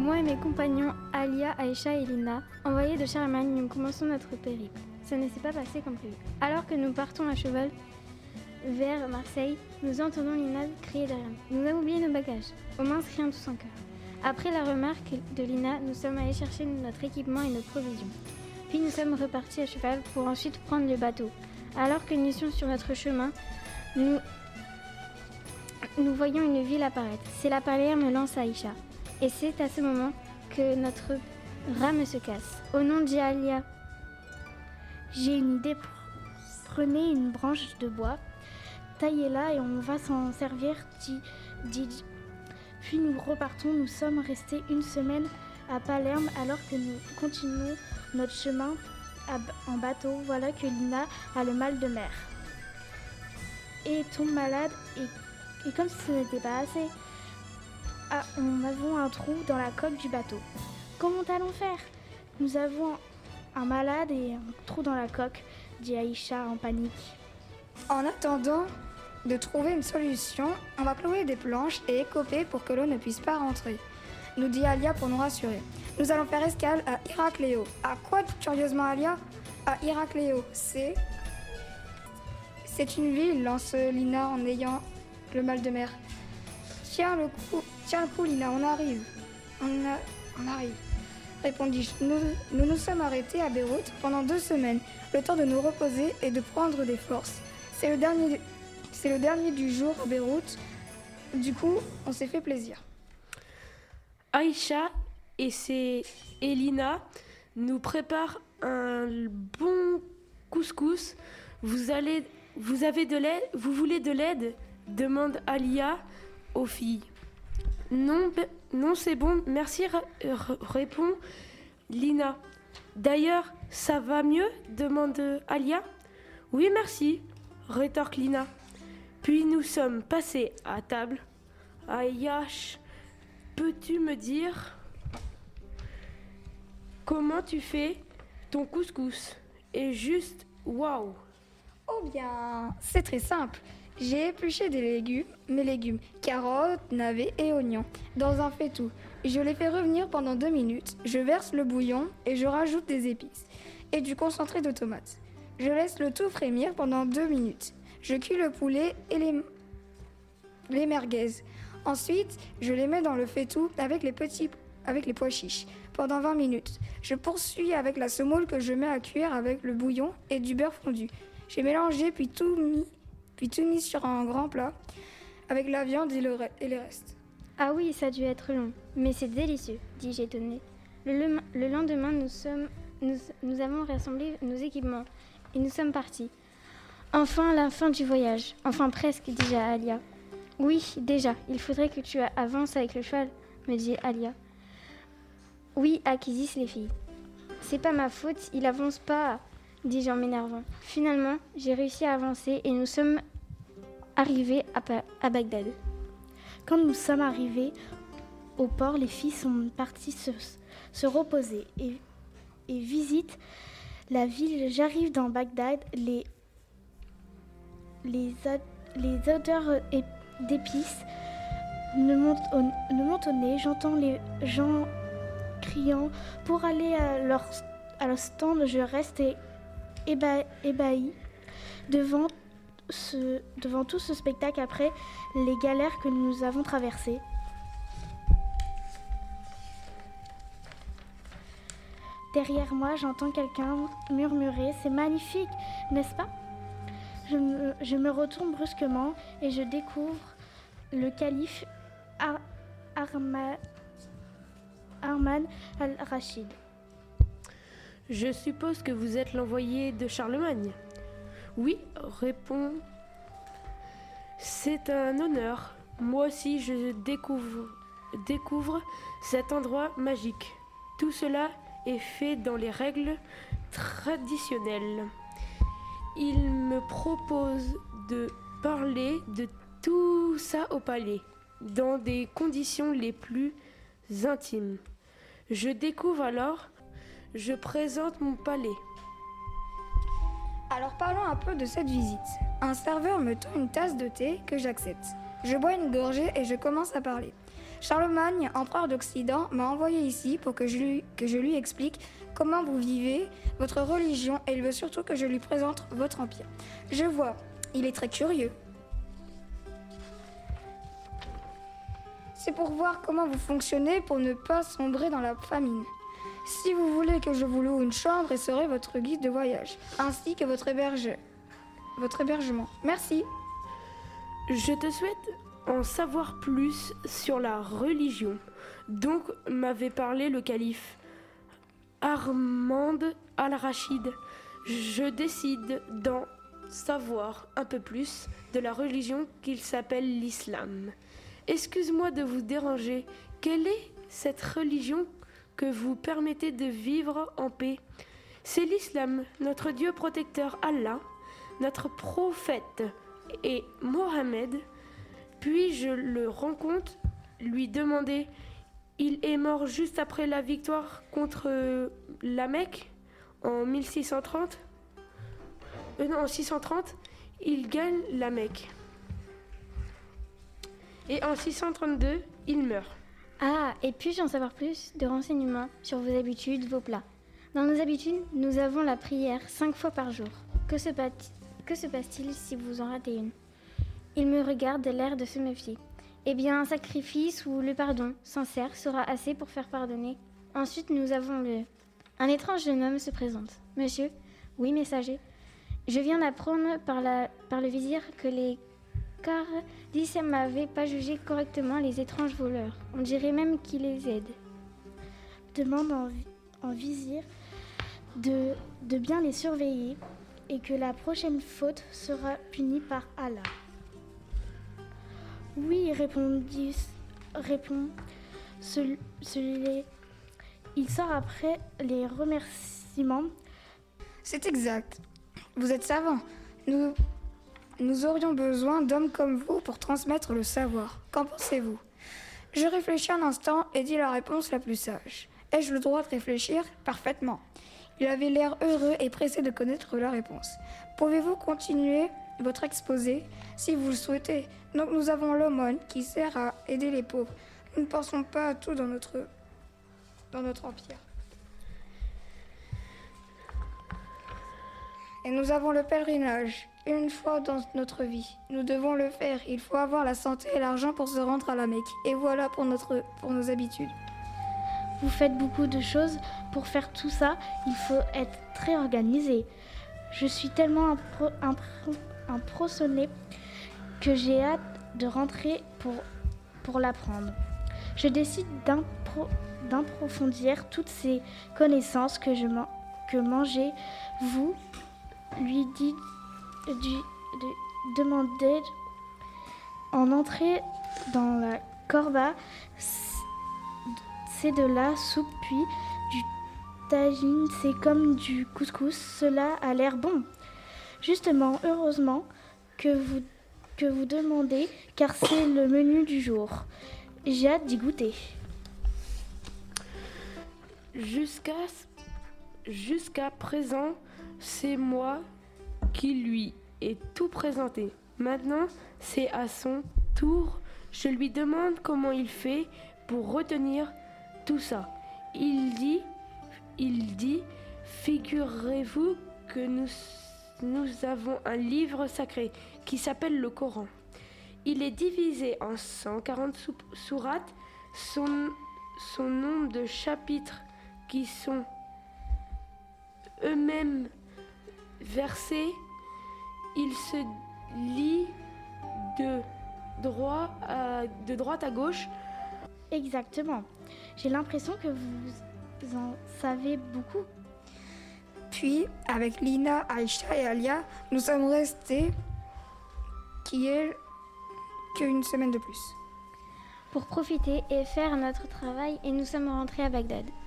Moi et mes compagnons, Alia, Aïcha et Lina, envoyés de Charlemagne, nous commençons notre périple. Ça ne s'est pas passé comme prévu. Alors que nous partons à cheval vers Marseille, nous entendons Lina crier derrière nous. Nous avons oublié nos bagages. Aux mains criant tous en chœur. Après la remarque de Lina, nous sommes allés chercher notre équipement et nos provisions. Puis nous sommes repartis à cheval pour ensuite prendre le bateau. Alors que nous étions sur notre chemin, nous voyons une ville apparaître. C'est la Palerme, lance Aïcha. Et c'est à ce moment que notre rame se casse. Au nom d'Alia, j'ai une idée. Prenez une branche de bois, taillez-la et on va s'en servir, dit. Puis nous repartons. Nous sommes restés une semaine à Palerme alors que nous continuons notre chemin en bateau. Voilà que Lina a le mal de mer et tombe malade. Et comme si ce n'était pas assez, nous avons un trou dans la coque du bateau. Comment allons faire? Nous avons un malade et un trou dans la coque, dit Aïcha en panique. En attendant de trouver une solution, on va clouer des planches et écoper pour que l'eau ne puisse pas rentrer, nous dit Alia pour nous rassurer. Nous allons faire escale à Héracléo. À quoi, curieusement Alia? À Héracléo, c'est une ville, lance Lina en ayant le mal de mer. Tiens le coup Lina, on arrive. On arrive, répondis-je. Nous nous sommes arrêtés à Beyrouth pendant 2 semaines, le temps de nous reposer et de prendre des forces. C'est le dernier du jour à Beyrouth. Du coup, on s'est fait plaisir. Aïcha et Lina nous préparent un bon couscous. Vous voulez de l'aide? Demande Alia aux filles. Non, c'est bon, merci, répond Lina. D'ailleurs, ça va mieux? Demande Alia. Oui, merci, rétorque Lina. Puis nous sommes passés à table. Aïach, peux-tu me dire comment tu fais ton couscous? Et juste, waouh! Oh bien, c'est très simple. J'ai épluché mes légumes, carottes, navets et oignons, dans un faitout. Je les fais revenir pendant 2 minutes. Je verse le bouillon et je rajoute des épices et du concentré de tomates. Je laisse le tout frémir pendant 2 minutes. Je cuis le poulet et les merguez. Ensuite, je les mets dans le faitout avec les pois chiches pendant 20 minutes. Je poursuis avec la semoule que je mets à cuire avec le bouillon et du beurre fondu. J'ai mélangé puis tout mis sur un grand plat avec la viande et les restes. Ah oui, ça a dû être long, mais c'est délicieux, dis-je étonnée. Le lendemain, nous avons rassemblé nos équipements et nous sommes partis. Enfin, la fin du voyage. Enfin, presque, dis-je à Alia. Oui, déjà, il faudrait que tu avances avec le cheval, me dit Alia. Oui, acquisissent les filles. C'est pas ma faute, il avance pas, dis-je en m'énervant. Finalement, j'ai réussi à avancer et nous sommes arrivés à Bagdad. Quand nous sommes arrivés au port, les filles sont parties se reposer et visitent la ville. J'arrive dans Bagdad, les odeurs d'épices me montent au nez. J'entends les gens criant pour aller à leur stand. Je reste ébahi devant tout ce spectacle après les galères que nous avons traversées. Derrière moi, j'entends quelqu'un murmurer « C'est magnifique, n'est-ce pas ?» Je me retourne brusquement et je découvre le calife Harman al-Rachid. Je suppose que vous êtes l'envoyé de Charlemagne. Oui, répond. C'est un honneur. Moi aussi, je découvre cet endroit magique. Tout cela est fait dans les règles traditionnelles. Il me propose de parler de tout ça au palais, dans des conditions les plus intimes. Je découvre alors, je présente mon palais. Alors parlons un peu de cette visite. Un serveur me tend une tasse de thé que j'accepte. Je bois une gorgée et je commence à parler. Charlemagne, empereur d'Occident, m'a envoyé ici pour que je lui explique comment vous vivez votre religion et il veut surtout que je lui présente votre empire. Je vois, il est très curieux. C'est pour voir comment vous fonctionnez pour ne pas sombrer dans la famine. Si vous voulez que je vous loue une chambre et serai votre guide de voyage, ainsi que votre hébergement. Merci. Je te souhaite en savoir plus sur la religion dont m'avait parlé le calife Harmand al-Rachid. Je décide d'en savoir un peu plus de la religion qu'il s'appelle l'islam. Excuse-moi de vous déranger. Quelle est cette religion que vous permettez de vivre en paix? C'est l'islam, notre Dieu protecteur Allah, notre prophète et Mohammed. Puis-je le rencontre, lui demander, il est mort juste après la victoire contre la Mecque en 1630. En 630, il gagne la Mecque. Et en 632, il meurt. Ah, et puis-je en savoir plus de renseignements sur vos habitudes, vos plats? Dans nos habitudes, nous avons la prière 5 fois par jour. Que se passe-t-il si vous en ratez une? Il me regarde de l'air de se méfier. Eh bien, un sacrifice ou le pardon sincère sera assez pour faire pardonner. Ensuite, nous avons Un étrange jeune homme se présente. Monsieur? Oui, messager. Je viens d'apprendre par le vizir que les Cardis n'avaient pas jugé correctement les étranges voleurs. On dirait même qu'il les aide. Demande en vizir de bien les surveiller et que la prochaine faute sera punie par Allah. Oui, répond celui-là. Il sort après les remerciements. C'est exact. Vous êtes savant. Nous aurions besoin d'hommes comme vous pour transmettre le savoir. Qu'en pensez-vous? Je réfléchis un instant et dis la réponse la plus sage. Ai-je le droit de réfléchir? Parfaitement. Il avait l'air heureux et pressé de connaître la réponse. Pouvez-vous continuer votre exposé si vous le souhaitez? Donc nous avons l'aumône qui sert à aider les pauvres. Nous ne pensons pas à tout dans notre empire. Et nous avons le pèlerinage, une fois dans notre vie. Nous devons le faire. Il faut avoir la santé et l'argent pour se rendre à la Mecque. Et voilà pour nos habitudes. Vous faites beaucoup de choses. Pour faire tout ça, il faut être très organisé. Je suis tellement impressionné que j'ai hâte de rentrer pour l'apprendre. Je décide d'approfondir toutes ces connaissances que mangez-vous lui dit de demander en entrer dans la corba. C'est de la soupe puis du tagine, c'est comme du couscous, cela a l'air bon. Justement, heureusement que vous demandez, car c'est le menu du jour. J'ai hâte d'y goûter. Jusqu'à présent, c'est moi qui lui ai tout présenté. Maintenant, c'est à son tour. Je lui demande comment il fait pour retenir tout ça. Il dit, figurez-vous que nous avons un livre sacré qui s'appelle le Coran. Il est divisé en 140 sourates. Son nombre de chapitres qui sont eux-mêmes versés, il se lit de droite à gauche. Exactement. J'ai l'impression que vous en savez beaucoup. Puis, avec Lina, Aïcha et Alia, nous sommes restés qu'une semaine de plus. Pour profiter et faire notre travail, et nous sommes rentrés à Bagdad.